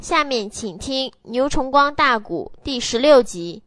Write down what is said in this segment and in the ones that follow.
下面请听牛崇光大鼓第16集。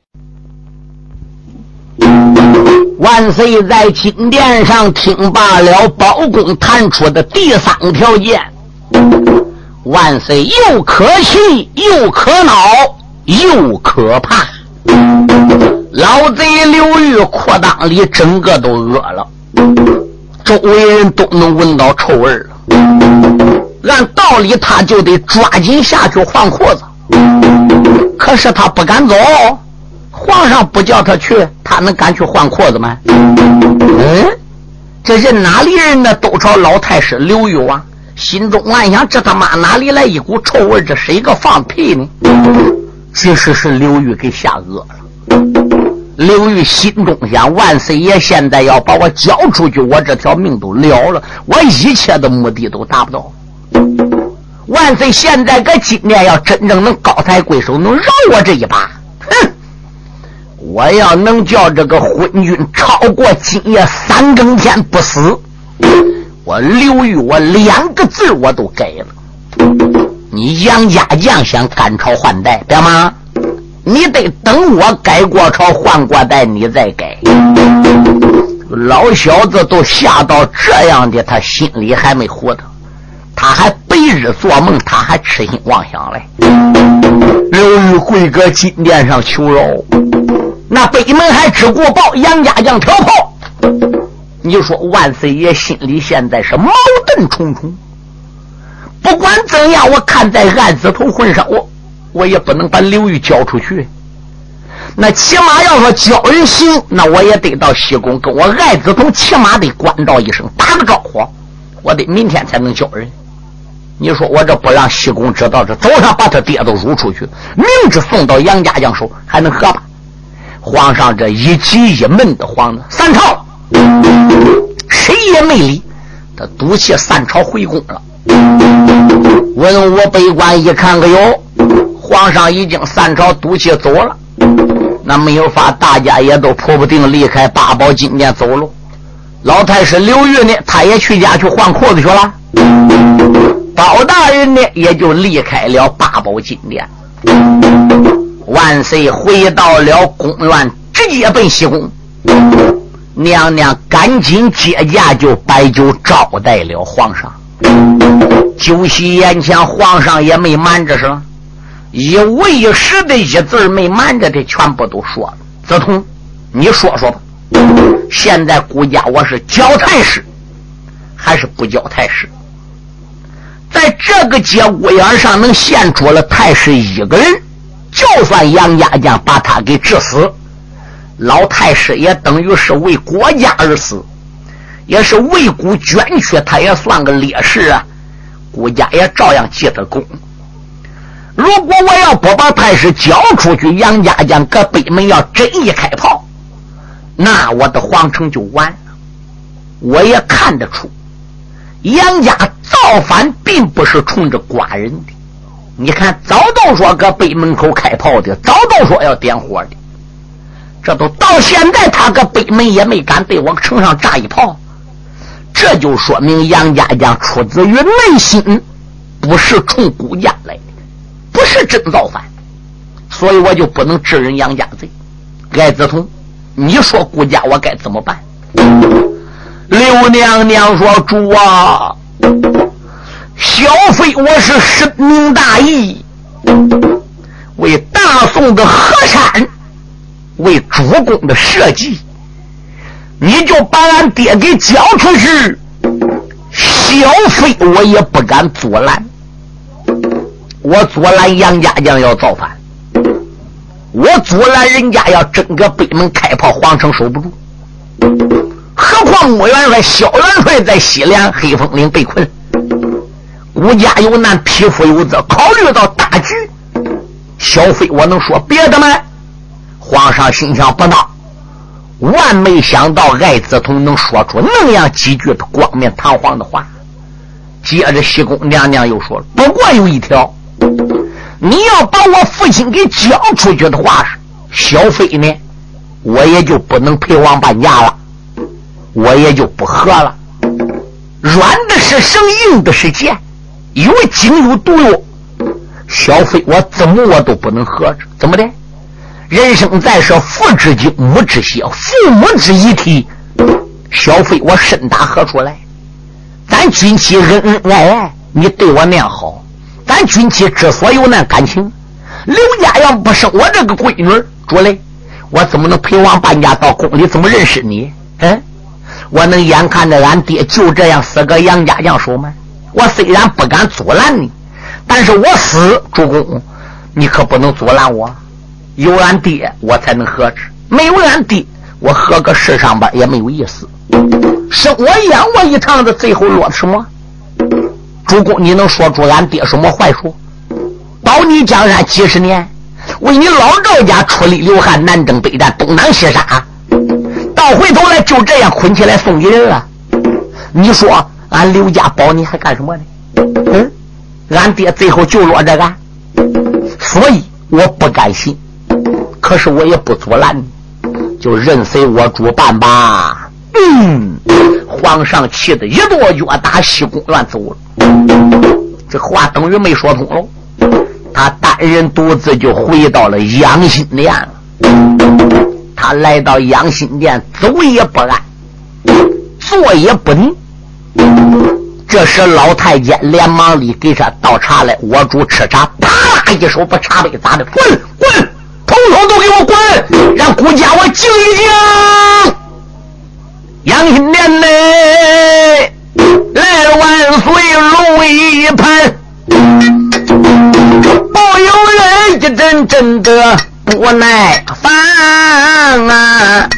万岁在金殿上听罢了包公弹出的第3条件，万岁又可气又可恼又可怕。老贼刘裕裤裆里整个都饿了，周围人都能闻到臭味了。按道理他就得抓紧下去换裤子，可是他不敢走，皇上不叫他去，他能敢去换裤子吗？这人哪里人呢？都朝老太师刘裕啊，心中暗想，这他妈哪里来一股臭味？这谁个放屁呢？其实是刘裕给吓饿了。刘裕心中想，万岁爷现在要把我交出去，我这条命都了了，我一切的目的都达不到。万岁现在搁今年要真正能高抬贵手，能饶我这一把，哼！我要能叫这个昏君超过今夜3更天不死，我刘裕我2个字我都改了。你杨家将想赶朝换代，对吗？你得等我改过朝换过代你再改。老小子都吓到这样的，他心里还没糊涂，他还白日做梦，他还痴心妄想嘞。刘裕跪搁金殿上求饶，那北门还只顾报杨家将挑炮。你说万岁爷心里现在是矛盾重重，不管怎样，我看在案子头混上，我也不能把刘裕交出去。那起码要说交人行，那我也得到西宫跟我爱子同起码得关照一声，打个招呼，我得明天才能交人。你说我这不让西宫知道，这早上把他爹都rus出去，明知送到杨家将手，还能合吧？皇上这一急一闷的慌的，3朝谁也没理，他赌气3朝回宫了。文武百官一看，哎呦，皇上已经3朝赌气走了，那没有法，大家也都迫不定离开八宝金殿走了。老太师刘裕呢，他也去家去换裤子去了。包大人呢，也就离开了八宝金殿。万岁回到了宫院，直接奔西宫。娘娘赶紧接驾，就摆酒招待了皇上。酒席宴前，皇上也没瞒着什么，一五一十的一字没瞒着的全部都说了。子通，你说说吧，现在顾家我是交太师还是不交太师？在这个节骨眼上能献出了太师1个人，就算杨家将把他给治死，老太师也等于是为国家而死，也是为国捐躯，他也算个烈士啊，国家也照样记得功。如果我要不把太师交出去，杨家将搁北门要真一开炮，那我的皇城就完了。我也看得出杨家造反并不是冲着寡人的，你看早都说搁北门口开炮的，早都说要点火的，这都到现在他搁北门也没敢对我城上炸一炮，这就说明杨家将出自于内心，不是冲顾家来的，不是真造反，所以我就不能治人杨家罪。该子通，你说顾家我该怎么办？刘娘娘说，主啊，小妃我是深明大义，为大宋的河山，为主公的社稷，你就把俺爹给交出去，小妃我也不敢阻拦。我阻拦杨家将要造反，我阻拦人家要整个北门开炮，皇城守不住。何况穆元帅、萧元帅在西凉黑风岭被困，孤家有难，匹夫有责，考虑到大局，小妃我能说别的吗？皇上心想不到，万没想到爱子通能说出那样几句的冠冕堂皇的话。接着西宫娘娘又说了，不过有一条，你要把我父亲给交出去的话，小妃呢我也就不能陪王搬家了，我也就不和了。软的是绳，硬的是剑，有井有毒药， 小妃我怎么我都不能合着，怎么的？人生在世，父之敬，母之孝，父母之遗体，小妃我深打何处来？咱君妻恩恩爱爱，你对我那样好，咱君妻之所有那感情，刘家要不生我这个闺女，主嘞，我怎么能陪王半家到宫里怎么认识你？我能眼看着俺爹就这样死个杨家将手吗？我虽然不敢阻拦你，但是我死，主公你可不能阻拦我，有俺爹我才能合着，没有俺爹我合个世上边也没有意思。生我养我一趟子，最后落什么？主公你能说出俺爹什么坏说？保你江山几十年，为你老赵家出力流汗，南征北战，东挡西杀，到回头来就这样捆起来送给人了。你说俺刘家保你还干什么呢？俺爹最后就落这个，所以我不甘心，可是我也不阻拦你，就任随我主办吧。皇上气得一跺脚打西宫院走了，这话等于没说通了。他单人独自就回到了养心殿了。他来到养心殿，走也不安，坐也不宁。这时老太监连忙里给他倒茶来，我主吃茶，啪啦一手把茶杯砸的，滚滚，统统都给我滚，让顾家我敬一敬。养心殿内来了万岁龙一盘，不有人一阵阵的不耐烦啊！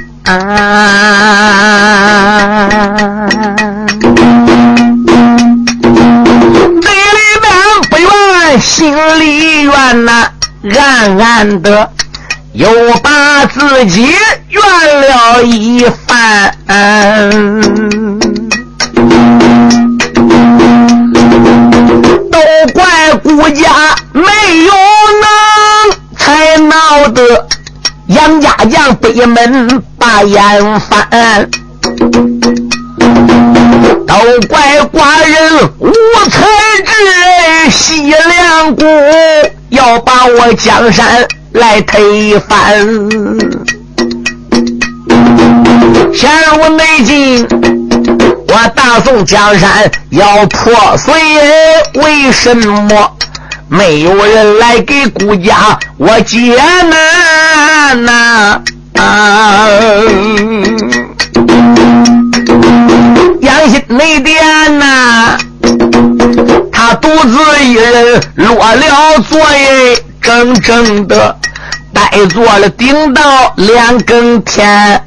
嘴里边不怨，心里怨呐，暗暗的又把自己怨了一番。都怪顾家没有能，才闹得杨家将北门把眼翻。都怪寡人无才智，西凉谷要把我江山来推翻。现如内境，我大宋江山要破碎，为什么没有人来给顾家我解难呐？养心内殿呐，他独自一人落了座位，整整的呆坐了顶到2更天，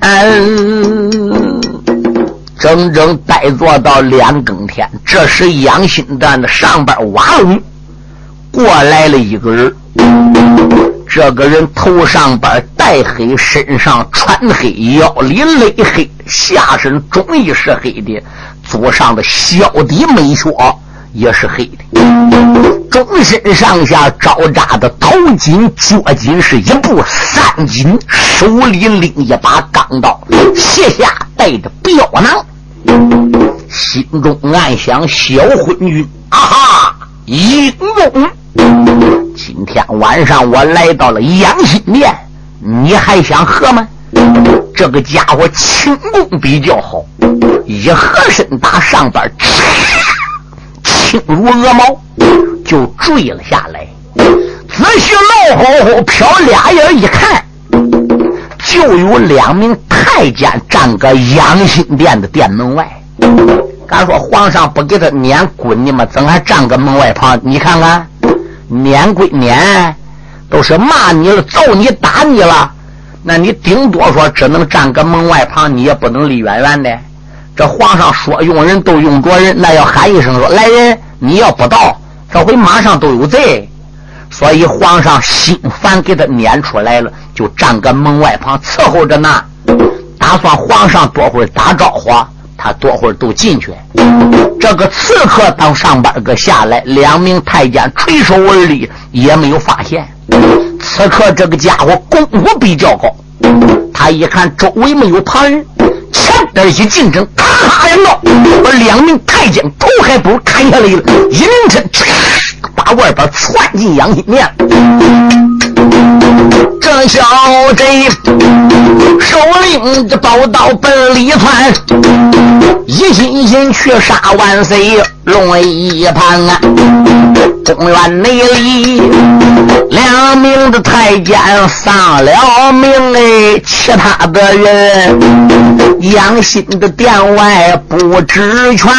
整整呆坐到2更天。这时养心殿的上边瓦笼过来了一个人，这个人头上边带黑，身上穿黑，腰里勒黑，下身中衣是黑的，左上的小底眉梢也是黑的，终身上下招扎的头巾脚巾是一部3巾，手里拎一把钢刀，卸下带着镖囊，心中暗想：小昏君啊哈，英勇！今天晚上我来到了养心殿，你还想喝吗？这个家伙轻功比较好，一合身打上边轻如鹅毛就坠了下来。仔细老后后瞟俩眼一看，就有2名太监站个养心殿的殿门外。敢说皇上不给他撵滚你吗？怎还站个门外旁？你看看，撵归撵，都是骂你了，揍你打你了，那你顶多说只能站个门外旁，你也不能离远远的。这皇上说用人都用着人，那要喊一声说来人，你要不到，这回马上都有贼。所以皇上心烦，给他撵出来了，就站个门外旁伺候着呢，打算皇上多会儿打招呼，他多会儿都进去。这个刺客当上边个下来，2名太监垂手而立，也没有发现。刺客这个家伙功夫比较高，他一看周围没有旁人，前边一进城，咔咔两刀把2名太监头还不砍下来了，一名针把外边窜进养心殿。这小贼首领这宝刀奔里窜，一心去杀万岁龙一旁啊！公园内里2名的太监丧了命哎，其他的人养心的殿外不知全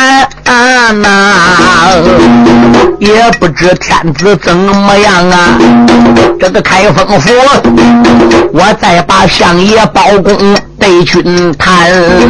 也不知天子怎么样啊！这个开封府，我再把相爷包公对军谈。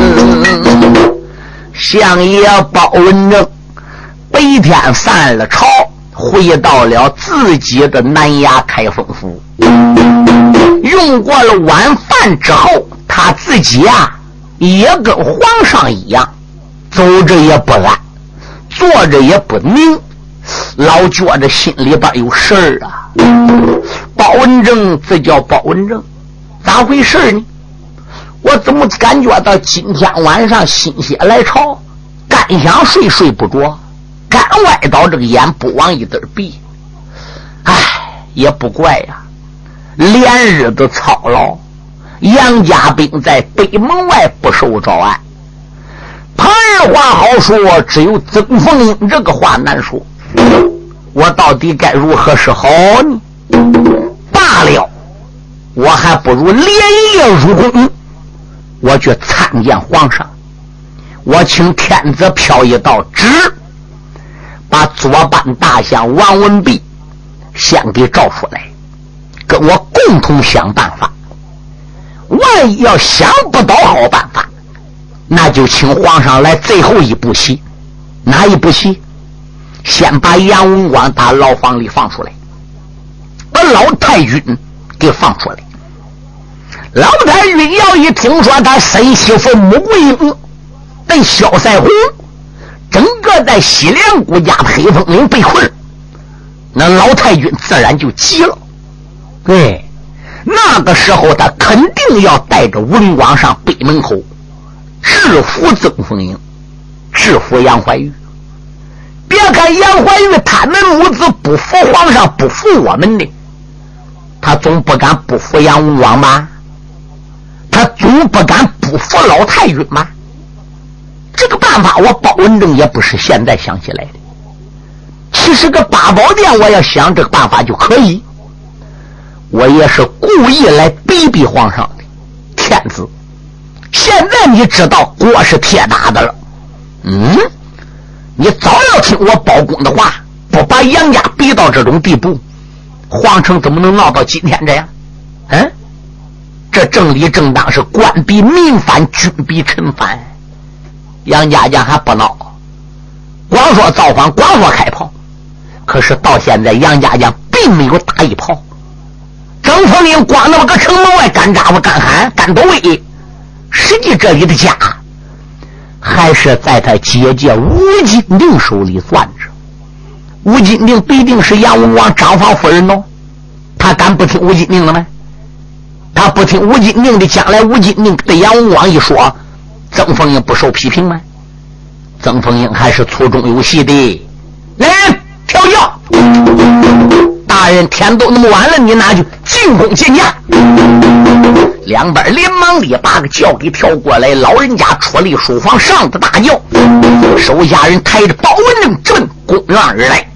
相爷包文正白天散了朝，回到了自己的南衙开封府。用过了晚饭之后，他自己也跟皇上一样，走着也不安，坐着也不宁，老觉着心里边有事儿啊。包文正这叫包文正，咋回事呢？我怎么感觉到今天晚上心血来潮，干想睡睡不着，干歪倒这个眼不往一点闭。也不怪呀，连日的操劳，杨家兵在北门外不受招安。旁人话好说，只有曾凤英这个话难说。我到底该如何是好呢？罢了，我还不如连夜入宫，我去参见皇上。我请天子飘一道旨，把左班大相王文弼先给召出来，跟我共同想办法。万一要想不到好办法，那就请皇上来最后一步戏。哪一步戏？先把杨文广打牢房里放出来，把老太君给放出来。老太君要一听说他生媳妇穆桂英被萧赛红整个在西凉国家黑风岭被困，那老太君自然就急了。对，那个时候他肯定要带着文广上北门口制服曾凤英，制服杨怀玉。别看杨怀玉他们母子不服皇上，不服我们的，他总不敢不服杨文广吧？他总不敢不服老太君吧？这个办法我包文正也不是现在想起来的，其实个八宝殿我要想这个办法就可以。我也是故意来逼逼皇上的天子。现在你知道锅是铁打的了，你早要听我包公的话，不把杨家逼到这种地步，皇城怎么能闹到今天这样？这正理正当是官逼民反，君逼臣反。杨家将还不闹，光说造反，光说开炮，可是到现在杨家将并没有打一炮。曾凤英光那么个城门外干扎巴干喊干抖位，实际这里的家还是在他姐姐吴金定手里攥着。吴金定必定是杨文广张房夫人哦，他敢不听吴金定的吗？他不听吴金定的，将来吴金定对杨文广一说，曾凤英不受批评吗？曾凤英还是粗中有细的。来人调教，大人天都那么晚了，你拿去进宫见驾。两边连忙里把个轿给调过来，老人家出离书房上的大轿，手下人抬着包文正直奔宫院而来。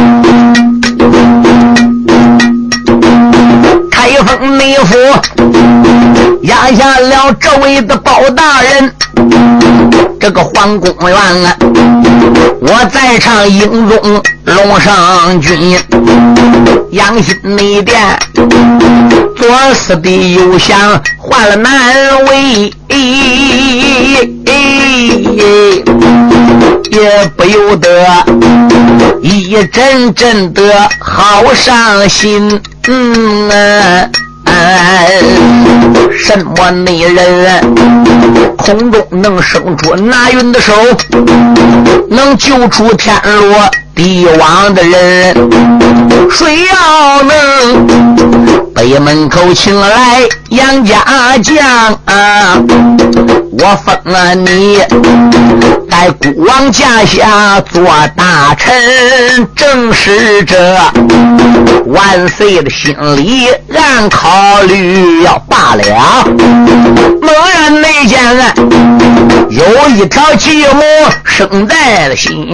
开封内府压下了这位的包大人，这个皇宫院啊，我在场营中龙上君，养心内殿左思的右想换了难为，也不由得一阵阵的好伤心。什么内人空中能生出拿云的手，能救出天落地亡的人，谁要能北门口请来杨家将我封了你在孤王驾下做大臣，正是这万岁的心里暗考虑要罢了。猛然内见有一条计谋生在了心，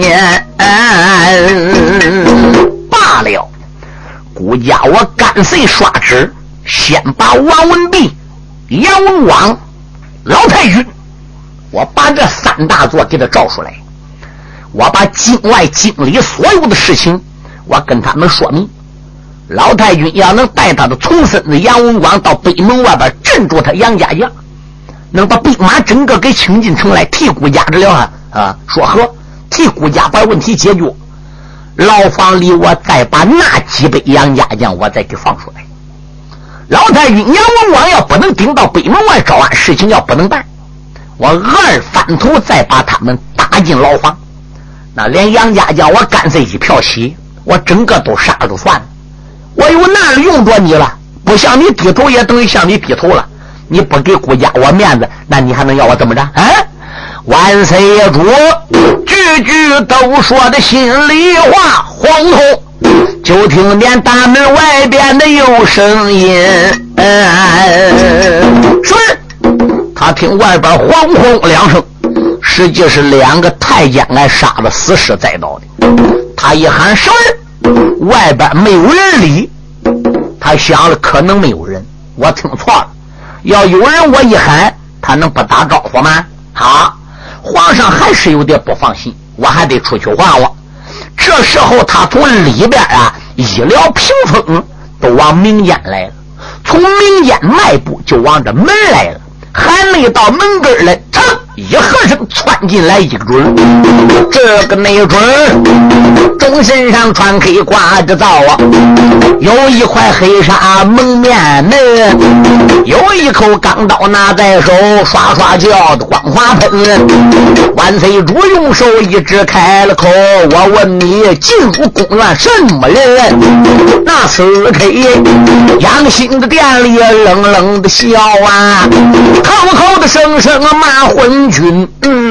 罢了，顾家我干脆刷旨，先把王文弼、杨文广、老太君，我把这三大座给他找出来，我把境外经理所有的事情我跟他们说明。老太君要能带他的从孙子杨文广到北门外边镇住他杨家将，能把兵马整个给请进城来，替顾家这了说和，替顾家把问题解决。牢房里我再把那几辈杨家将我再给放出来。老太君杨文广要不能顶到北门外招安，事情要不能办，我二反头再把他们打进牢房。那连杨家将我干脆一票起，我整个都杀了就算了。我有哪里用着你了？不向你低头也等于向你低头了。你不给顾家我面子，那你还能要我怎么着？万岁爷主句句都说的心里话，黄头就听见大门外边的有声音，是他听外边黄轰两声，实际是两个太监来杀了死尸栽倒的。他一喊声外边没有人理，他想了可能没有人，我听错了，要有人我一喊他能不打招呼吗？好，皇上还是有点不放心，我还得出去话我。这时候他从里边一撩屏风都往民间来了，从民间迈步就往这门来了，还没到门根来，噌一和声窜进来一个准，这个没准中身上穿黑挂着皂有一块黑纱蒙面呢，有一口钢刀拿在手，刷刷叫的光滑喷。万岁主用手一指开了口，我问你进入宫院什么人？那4K 杨兴的店里冷冷的笑口口的声声骂昏君。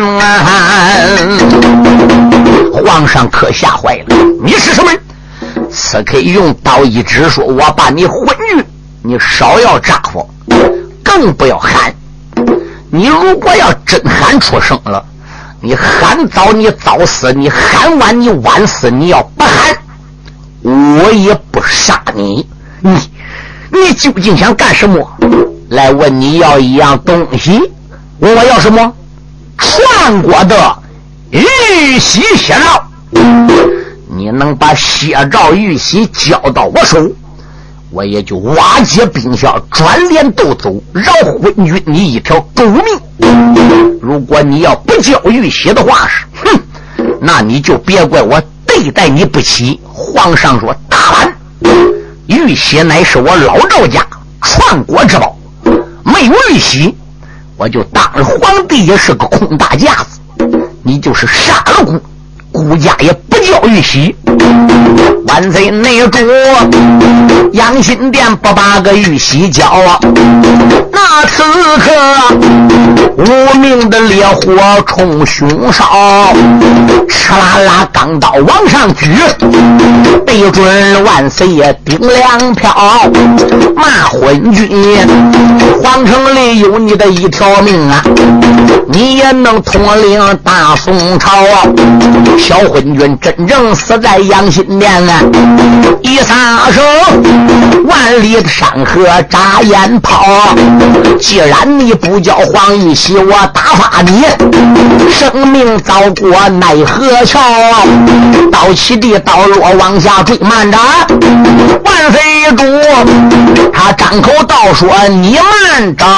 皇上可吓坏了，你是什么人？4K 用刀一指说，我把你昏君，你少要咋呼，更不要喊。你如果要真喊出声了，你喊早你早死，你喊晚你晚死，你要不喊我也不杀你。你究竟想干什么？来问你要一样东西，问我要什么？传国的玉玺血诏，你能把血诏玉玺交到我手，我也就瓦解兵校，转脸斗走，饶昏君你一条狗命。如果你要不交玉玺的话是，那你就别怪我对待你不起。皇上说大胆，玉玺乃是我老赵家传国之宝，没有玉玺我就当了皇帝也是个空大架子。你就是杀了顾家也不叫玉玺。万岁内主养心殿不把个玉玺交，那此刻无名的烈火冲胸烧，哧啦啦钢刀往上举，对准万岁爷顶两票，骂昏君皇城里有你的一条命啊，你也能统领大宋朝啊！小昏君真正死在养心殿啊，一撒手万里的山河扎烟炮，既然你不叫黄玉玺，我打发你生命遭过奈何桥，到起地到落往下追慢着。万岁主他张口道说你慢着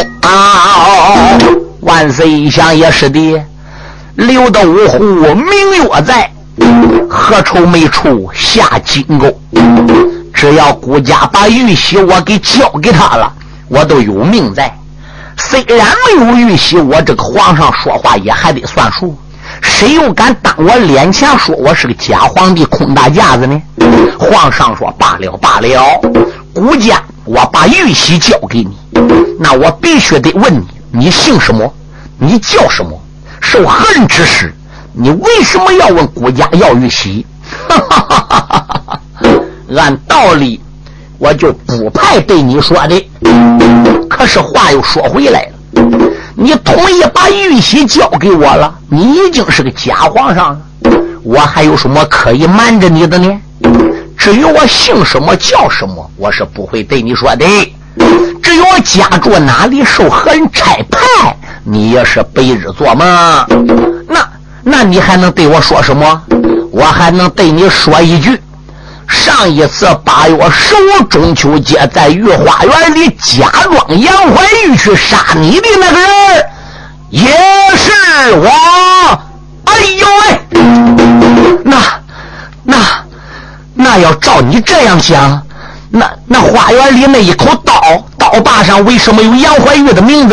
万岁一想也是的，留得五湖明月在，何愁没处下金钩。只要顾家把玉玺我给交给他了，我都有命在。虽然没有玉玺，我这个皇上说话也还得算数。谁又敢当我脸前说我是个假皇帝空大架子呢？皇上说罢了罢了，顾家我把玉玺交给你，那我必须得问你，你姓什么？你叫什么？ 受恨之事，你为什么要问顾家要玉玺？按道理我就不派对你说的，可是话又说回来了，你同意把玉玺交给我了，你已经是个假皇上了，我还有什么可以瞒着你的呢？至于我姓什么叫什么，我是不会对你说的。至于我家住哪里，受何人差派，你也是白日做梦。那你还能对我说什么？我还能对你说一句，上一次8月15中秋节在御花园里假装杨怀玉去杀你的那个人也是我。哎呦喂，那要照你这样想，那花园里那一口刀把上为什么有杨怀玉的名字？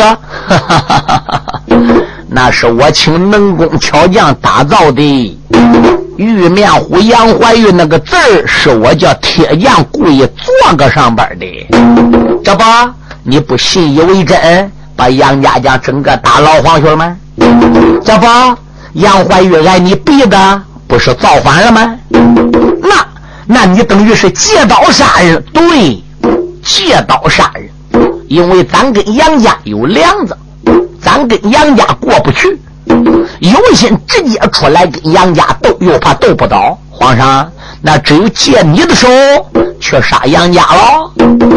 那是我请能工巧匠打造的，玉面虎杨怀玉那个字儿是我叫铁匠故意做个上边的。这不你不信以为真，把杨家将整个打牢房去了吗？这不杨怀玉挨你逼的不是造反了吗？那你等于是借刀杀人。对，借刀杀人，因为咱跟杨家有梁子，咱跟杨家过不去，有心直接出来跟杨家斗，又怕斗不倒皇上，那只有借你的手去杀杨家了。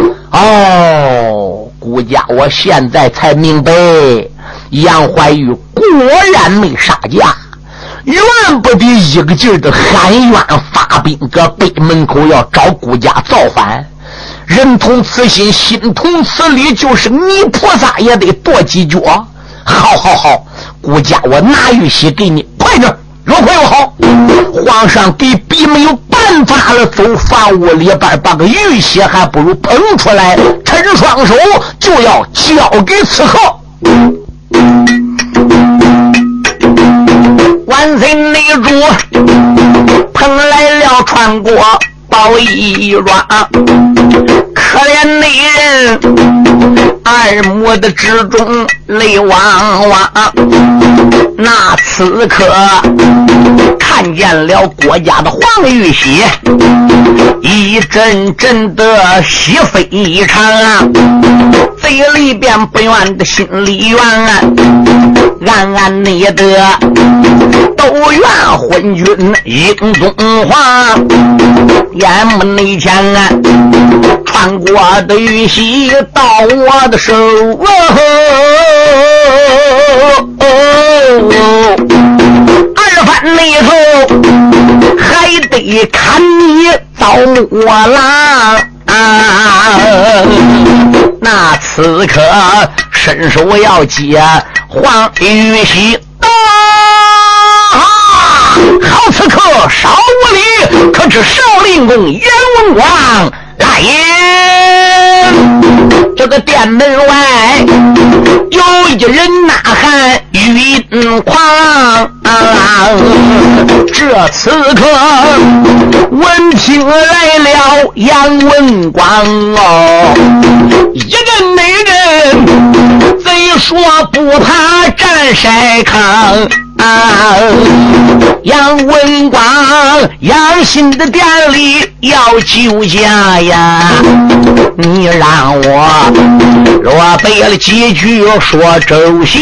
哦，顾家我现在才明白，杨怀玉果然没杀家，原不得一个劲儿的喊冤发兵，搁北门口要找顾家造反。人同此心，心同此理，就是泥菩萨也得跺几脚。好，顾家我拿玉玺给你，快点，越快越好。皇上给逼没有办法了，走房屋里边把个玉玺还不如捧出来，抻双手就要交给刺客。万岁内主捧来了穿过包衣软，可怜内人耳目的之中泪汪汪。那此刻看见了国家的黄玉玺，一阵阵的喜非常，嘴里边不愿的心里怨，暗暗内的都怨昏君英宗皇，眼目内前穿过的玉玺到我的手，二番内头还得看你遭我啦。那此刻伸手要接黄玉玺，好此刻少无礼，可知少林公严文广来也。这个殿门外有一人呐喊语音狂，这此刻闻听来了杨文广哦，一人没人贼说不怕战筛糠。杨文广杨新的店里要救家呀，你让我若背了几句说周详。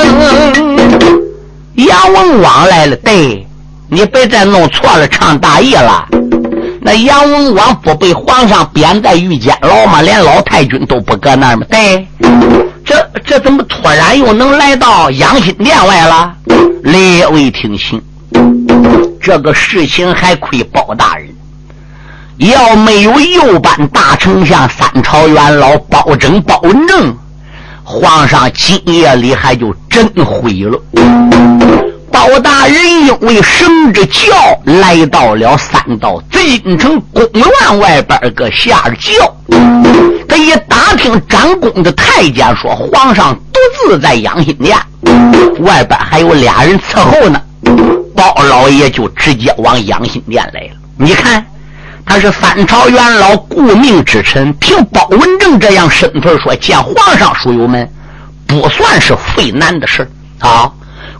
杨文广来了，对，你别再弄错了唱大意了。那杨文广不被皇上贬在御监牢吗？连老太君都不搁那儿吗？对，这怎么突然又能来到养心殿外了？列位听信，这个事情还亏包大人，要没有右班大丞相三朝元老包拯包文正，皇上今夜里还就真毁了。包大人因为升着轿来到了三道紫禁城宫院外边个下着轿，他一打听长宫的太监说皇上独自在养心殿，外边还有俩人伺候呢，包老爷就直接往养心殿来了。你看他是三朝元老顾命之臣，凭包文正这样身份说见皇上，书友们不算是费难的事啊。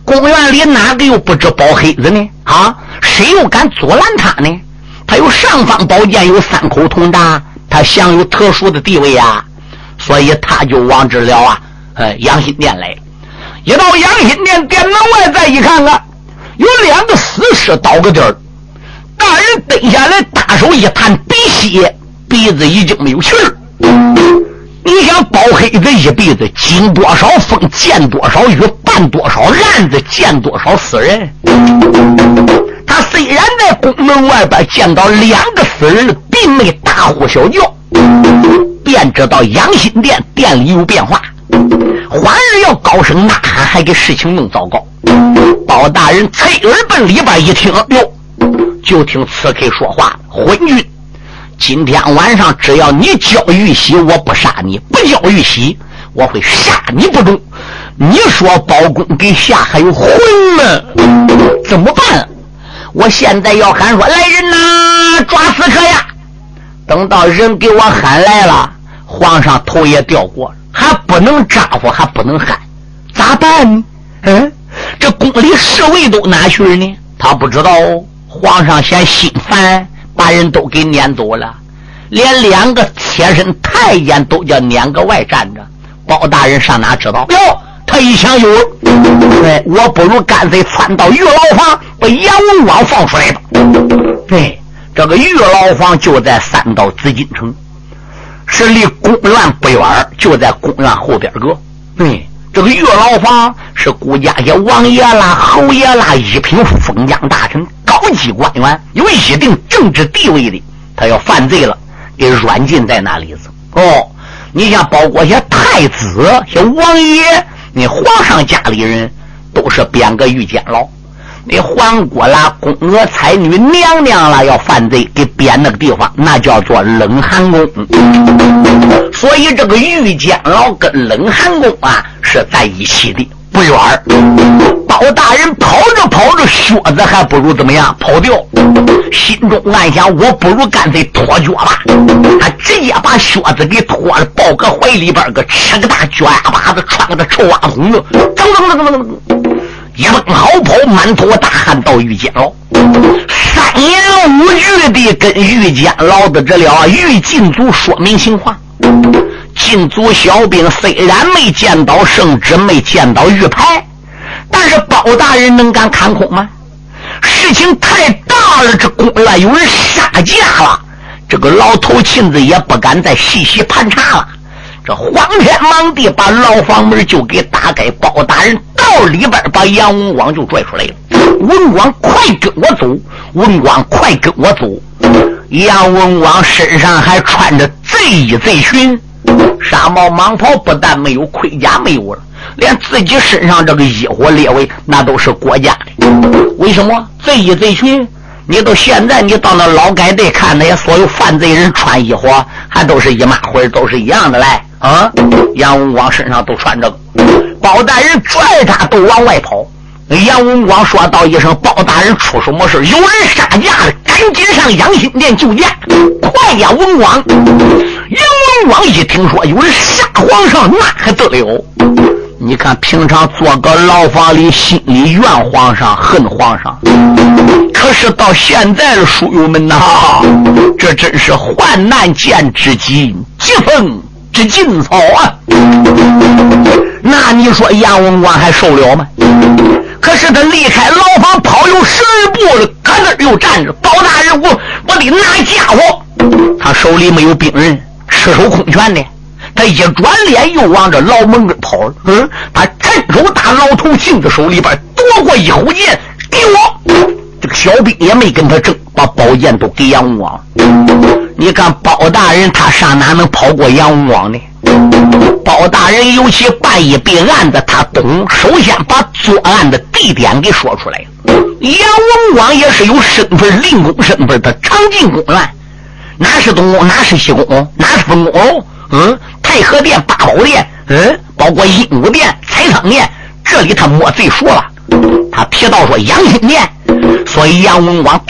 公园里哪个又不知包黑子呢？啊，谁又敢阻拦他呢？他有尚方宝剑，有3口铜铡，他享有特殊的地位啊，所以他就往这了养心殿来。一到养心殿殿门外再一看看，有2个死尸倒个地儿，大人蹲下来，大手一探鼻息，鼻子已经没有气儿。你想包黑子一辈子经多少风，见多少雨，办多少案子，见多少死人。他虽然在宫门外边见到2个死人，并没大呼小叫，便知道养心殿殿里有变化。欢儿要高声呐喊，还给事情弄糟糕。包大人侧耳奔里边一听，哟，就听刺客说话：昏君，今天晚上只要你交玉玺，我不杀你；不交玉玺，我会杀你不中。你说包公给下还有魂吗？怎么办？我现在要喊说来人呐，抓刺客呀！等到人给我喊来了，皇上头也掉过了，还不能扎呼，还不能喊，咋办呢？这宫里侍卫都哪去了呢？他不知道皇上嫌心烦，把人都给撵走了，连2个贴身太监都叫撵个外站着。包大人上哪知道？哟，他一想有，我不如干脆窜到御牢房，把杨文广放出来吧。对，这个御牢房就在3道紫禁城，是离宫院不远，就在宫院后边个。对，这个御牢房是顾家些王爷啦、侯爷啦、一品封疆大臣、高级官员，有一定政治地位的，他要犯罪了，给软禁在那里子。你像包括些太子、些王爷，你皇上家里人都是编个御监牢。你皇国啦、宫娥、才女、娘娘啦，要犯罪给编那个地方，那叫做冷寒宫。所以这个御监牢跟冷寒宫啊是在一起的，不远。包大人跑着跑着，靴子还不如怎么样跑掉，心中暗想：我不如干脆脱脚吧。他直接把靴子给脱了，抱个怀里边，个吃个大脚丫巴子，穿个臭袜筒子，一蹦好跑，满头大汗到御监牢。3言5语的跟御监牢的这了御禁足说明情况。禁足小兵虽然没见到圣旨，没见到玉牌，但是包大人能敢看空吗？事情太大了，这宫院有人杀价了，这个老头亲自也不敢再细细盘查了。这慌天忙地把牢房门就给打开，包大人到里边把杨文广就拽出来了。文广，快跟我走！文广，快跟我走！杨文广身上还穿着贼衣贼裙，纱帽蟒袍不但没有，盔甲没有了，连自己身上这个衣服列位那都是国家的。为什么贼衣贼裙？你到现在你到那劳改队看那些所有犯罪人穿衣服还都是一码灰，都是一样的来啊！杨文广身上都穿这个，包大人拽他都往外跑。杨文广说道一声：包大人出什么事？有人杀价了，赶紧上养心殿救驾！快呀，文广！杨文广一听说有人杀皇上，那还得了？你看平常坐个牢房里，心里怨皇上恨皇上，可是到现在的书友们呐，这真是患难见知己，疾风知劲草啊！那你说杨文广还受了吗？可是他离开牢房跑有12步了，搁那儿又站着。包大人，我得拿家伙。他手里没有兵刃，赤手空拳的。他一转脸又往这牢门跟跑了。他伸手打牢头镜子手里边夺过一虎剑，给我。这个小兵也没跟他争，把宝剑都给杨文广。你看包大人他上哪能跑过杨文广呢？包大人尤其办一笔案子，他懂，首先把作案的地点给说出来了。杨文广也是有身份，令公身份，他常进宫院，哪是东宫，哪是西宫，哪是分宫？太和殿、八宝殿，包括阴武殿、财仓殿，这里他摸贼说了。他提到说养心殿，所以杨文广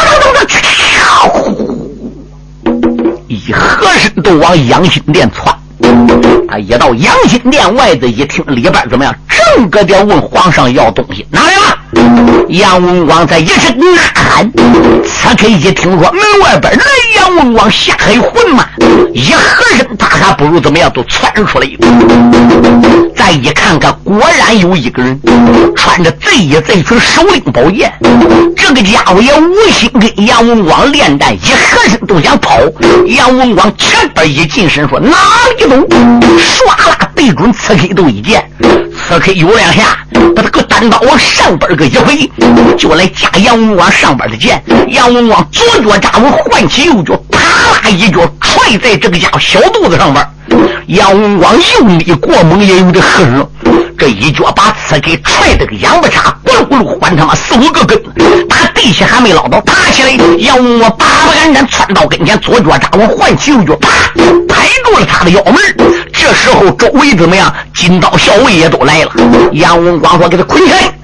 一合身都往养心殿窜。 他一到养心殿外的一听，里边怎么样？正搁点问皇上要东西，哪来了？杨文广在一声呐喊，此刻一听说门外边来杨文广下海魂嘛，一合身他还不如怎么样都窜出来一个。再一看看，果然有一个人穿着贼一贼群，手拎宝剑，这个家伙也无心跟杨文广练战，一合身都想跑。杨文广前边一近身说哪里走，唰啦对准刺客都一剑，刺客有两下把他个单刀往上边个一回，就来夹杨文广上边的剑。杨文广左脚扎稳，换起右脚，啪啦一脚踹在这个家伙小肚子上边。杨文广用力过猛，也有点合适，这一脚把刺给踹得个仰不叉，咕噜咕噜换他妈4-5个跟，他地下还没捞到，爬起来，杨文广巴巴赶赶窜到跟前，左脚扎稳，换起右脚，啪拍住了他的腰门。这时候周围怎么样？金刀校尉也都来了。杨文广说：“给他捆起来！”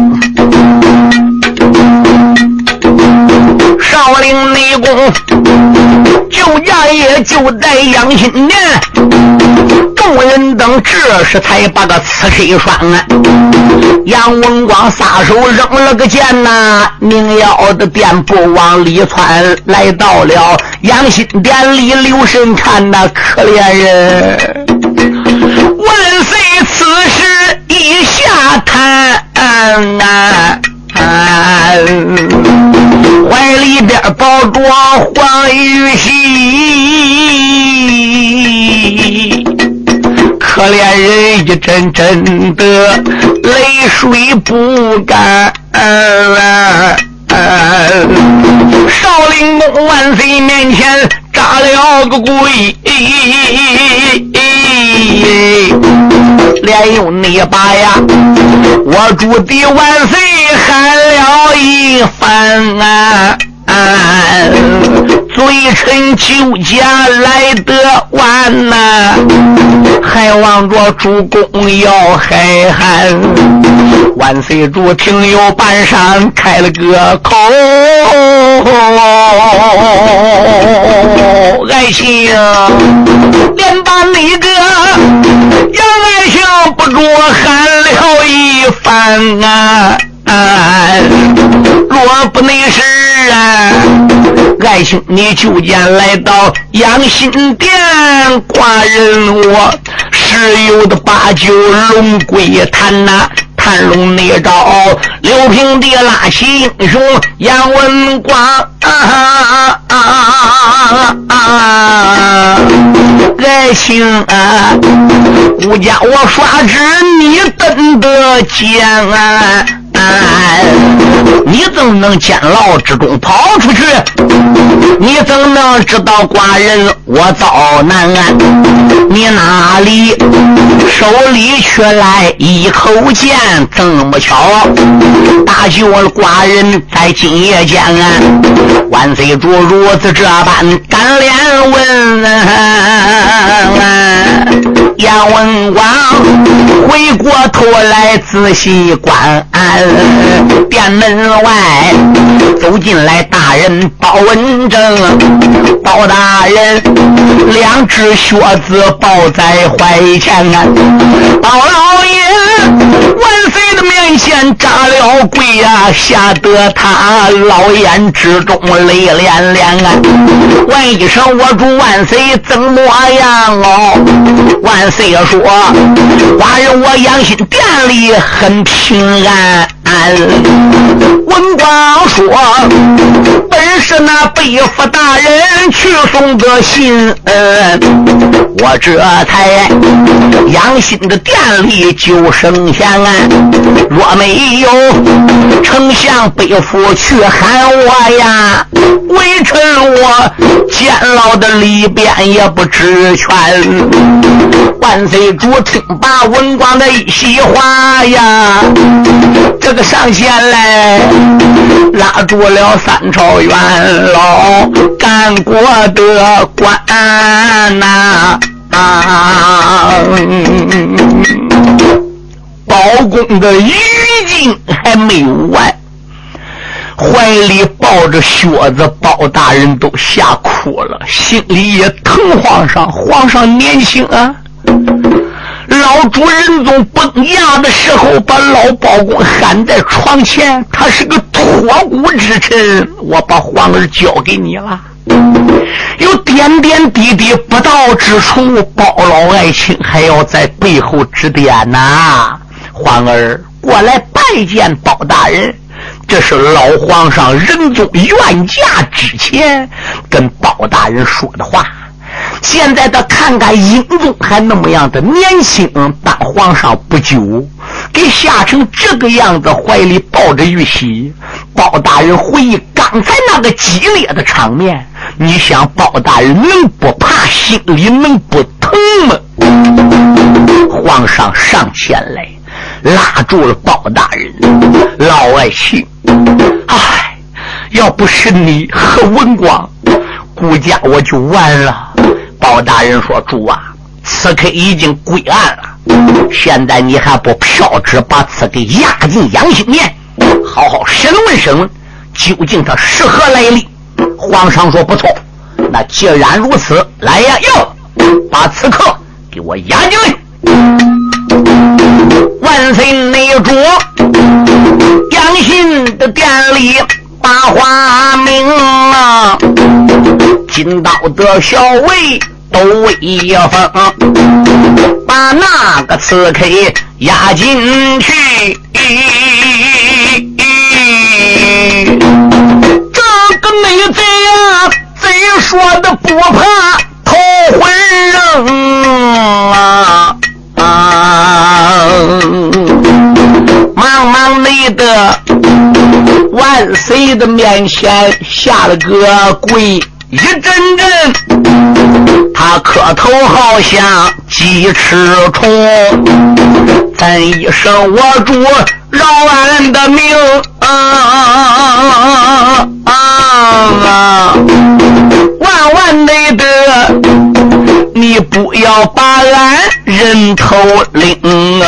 少林内功就家也就在养心殿，众人等这时才把个刺客拴啊。杨文广撒手扔了个剑呐，明耀的店铺往里窜，来到了养心殿里，留神看那可怜人。万岁此时一下谈呐，怀里边抱着黄玉玺，可怜人一阵阵的泪水不干。少林公万岁面前扎了个跪，连用你把呀我主的万岁喊了一番罪臣救家来得晚呐，还望着主公要海涵。万岁主听有半晌开了个口，爱卿连把那个杨爱卿不住喊了一番若不那时爱卿你就见来到养心殿，寡人我是有的把酒龙归坛呐，盘龙那招刘平地拉起英雄杨文广爱卿顾家我刷旨你等得见你怎能监牢之中跑出去？你怎能知道寡人我遭难？你哪里手里却来一口剑？这么巧打救了寡人在今夜间万岁主如此这般敢连问杨文广回过头来仔细观殿门外走进来大人包文正，包大人两只靴子抱在怀前包老爷万岁的面前扎了跪吓得他老眼之中泪连连问一声我主万岁怎么样万岁说寡人我养心殿里很平安文广说本是那背负大人去送的信我这才养心的殿里就剩下若没有丞相背负去喊我呀微臣我监牢的里边也不知全万岁主听罢文广的一席话呀这个上前来拉住了三朝元老干过的官包公的语境还没有完怀里抱着靴子，包大人都吓哭了，心里也疼皇上。皇上年轻啊，老主仁宗崩驾的时候把老包公喊在床前，他是个托孤之臣，我把皇儿交给你了，有点点滴滴不到之处，包老爱卿还要在背后指点呐。皇儿过来拜见包大人，这是老皇上仁宗远驾之前跟包大人说的话。现在他看看英宗还那么样的年轻，当皇上不久，给吓成这个样子，怀里抱着玉玺。包大人回忆刚才那个激烈的场面，你想包大人能不怕，心里能不疼吗？皇上上前来拉住了包大人，老爱卿，哎，要不是你和文广，顾家我就完了。包大人说，主啊，刺客已经归案了，现在你还不票旨把刺客押进养心殿，好好审问审问，究竟他是何来历。皇上说不错，那既然如此，来呀，哟，把刺客给我押进来。万岁内主养心的殿里把话明啊，金刀的校尉都威风，把那个刺客押进去。这个内贼啊，贼说的不怕头昏扔忙忙内的万岁的面前下了个跪，一阵阵他磕头好像鸡吃虫，咱一声我主饶俺的命万万内的你不要把俺人头领，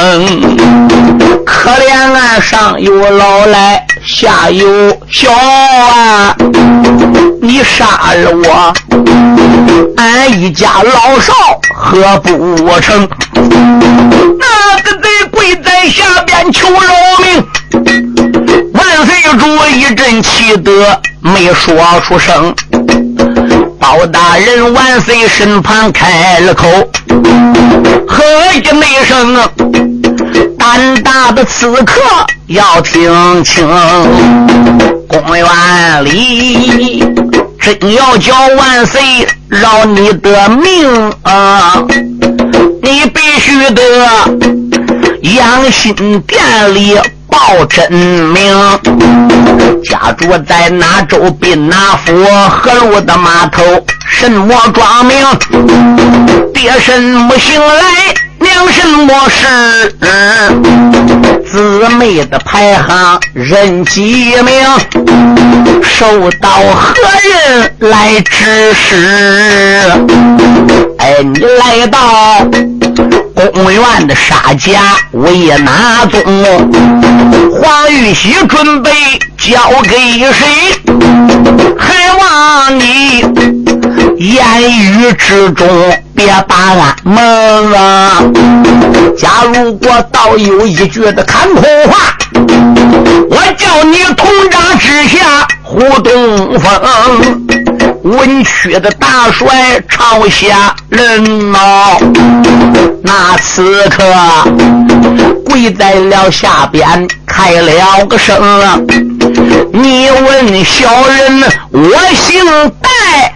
可怜岸上有老来下有小啊，你杀了我，俺一家老少何不成？那个贼跪在下边求饶命，万岁主一阵气得没说出声。包大人万岁身旁开了口，喝一没声，胆大的刺客要听清，公园里真要叫万岁饶你的命啊，你必须得养心殿里报真名，家住在哪州滨哪府何路的码头，什么庄名，爹什么姓来，娘什么氏，姊妹的排行人几名，受到何人来指示？哎，你来到公园的沙家为哪宗？黄玉玺准备交给谁？还望你言语之中别把俺蒙啊！假如果倒有一句的看空话，我叫你铜闸之下胡东风，文曲的大帅朝下人哦，那刺客跪在了下边开了个声，你问小人我姓戴，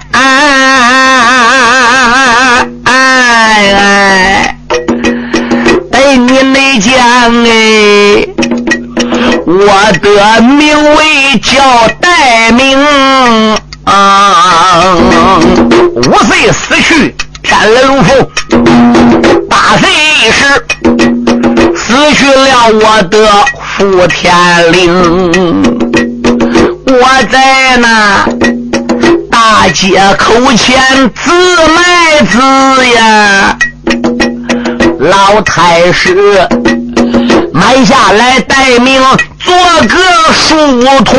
带你内将哎，我的名为叫戴明5岁死去天雷如风，8岁时死去了我的父天灵，我在那大街口前自卖自呀，老太师买下来待命做个书童。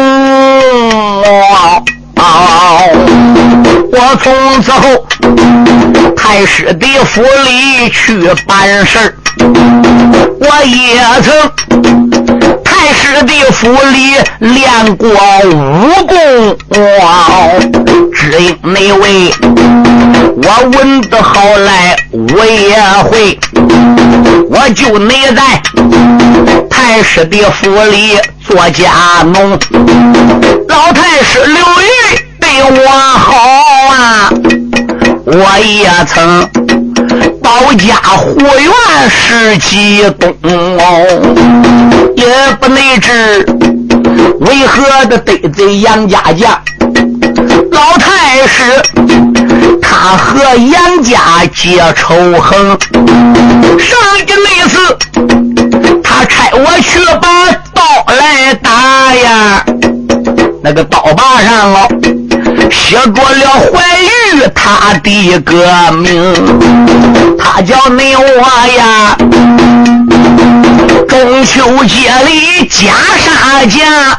我从此后太师的府里去办事，我也曾太师的府里练过武功，只因那位我文得好来我也会，我就内在太师的府里做家农。老太师刘玉对我好啊，我也曾保家护院10几冬，也不内知为何的得罪杨家将。老太师他和杨家结仇恨，上一那次他差我去把刀来打呀，那个刀把上了写着了怀玉他的个名，他叫你我呀中秋节里袈裟家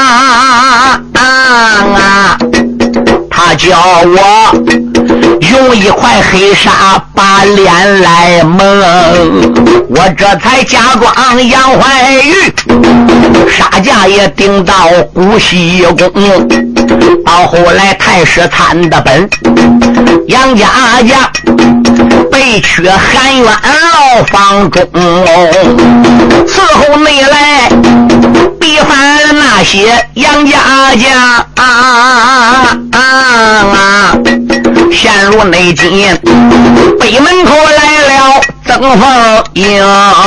他叫我用一块黑纱把脸来蒙，我这才假装杨怀玉，纱架也顶到古西宫。到后来太师参的本，杨家家被取含冤牢房中，伺候内来逼犯那些杨家家陷入内禁，北门口来了曾凤英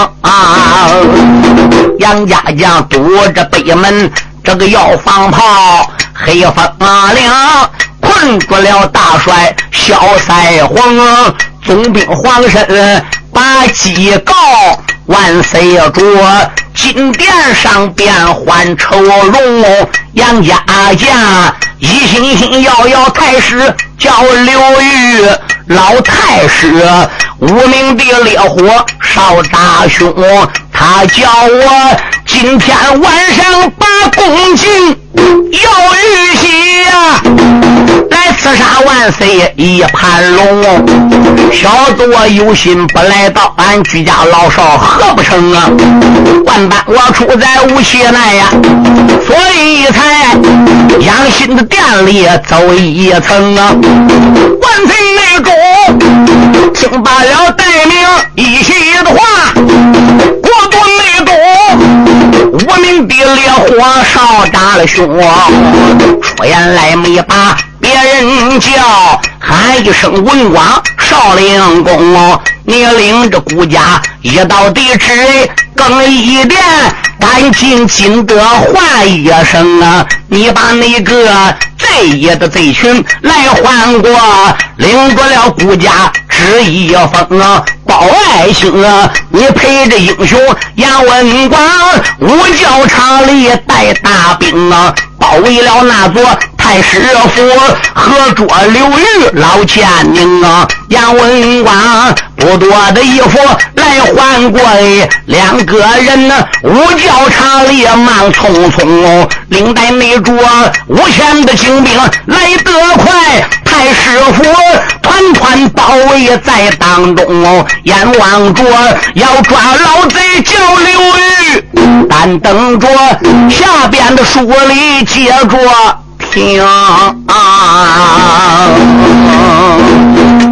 杨家将堵着北门这个要放炮，黑风岭困住了大帅小赛黄，总兵黄申把鸡告万岁主，金殿上变换丑容，杨家将一心心要太师叫刘玉，老太师无名的烈火烧炸胸，他叫我今天晚上把公瑾要玉玺呀来刺杀万岁一盘龙，小子我有心不来到俺居家老少何不成啊，万般我处在无锡来呀，所以才养心的店里走一层啊。万岁内主听罢了带命一席的话，国都内主无名的烈火烧炸了胸，出言来没把别人叫，喊一声文广少陵公，你领着顾家一到地址更一点，赶紧金德换一声啊，你把那个贼爷的贼群来换过，领着了顾家旨意封啊，报爱卿啊，你陪着英雄杨文广五教场里带大兵啊，包围了那座太师府，合着刘玉老奸宁啊，杨文广不多的衣服来换过，两个人呢五教场里忙匆匆，领带内着5000的精兵来得快，太师府团团包围在当中，眼望着要抓老贼叫刘玉，但等着下边的书里接着听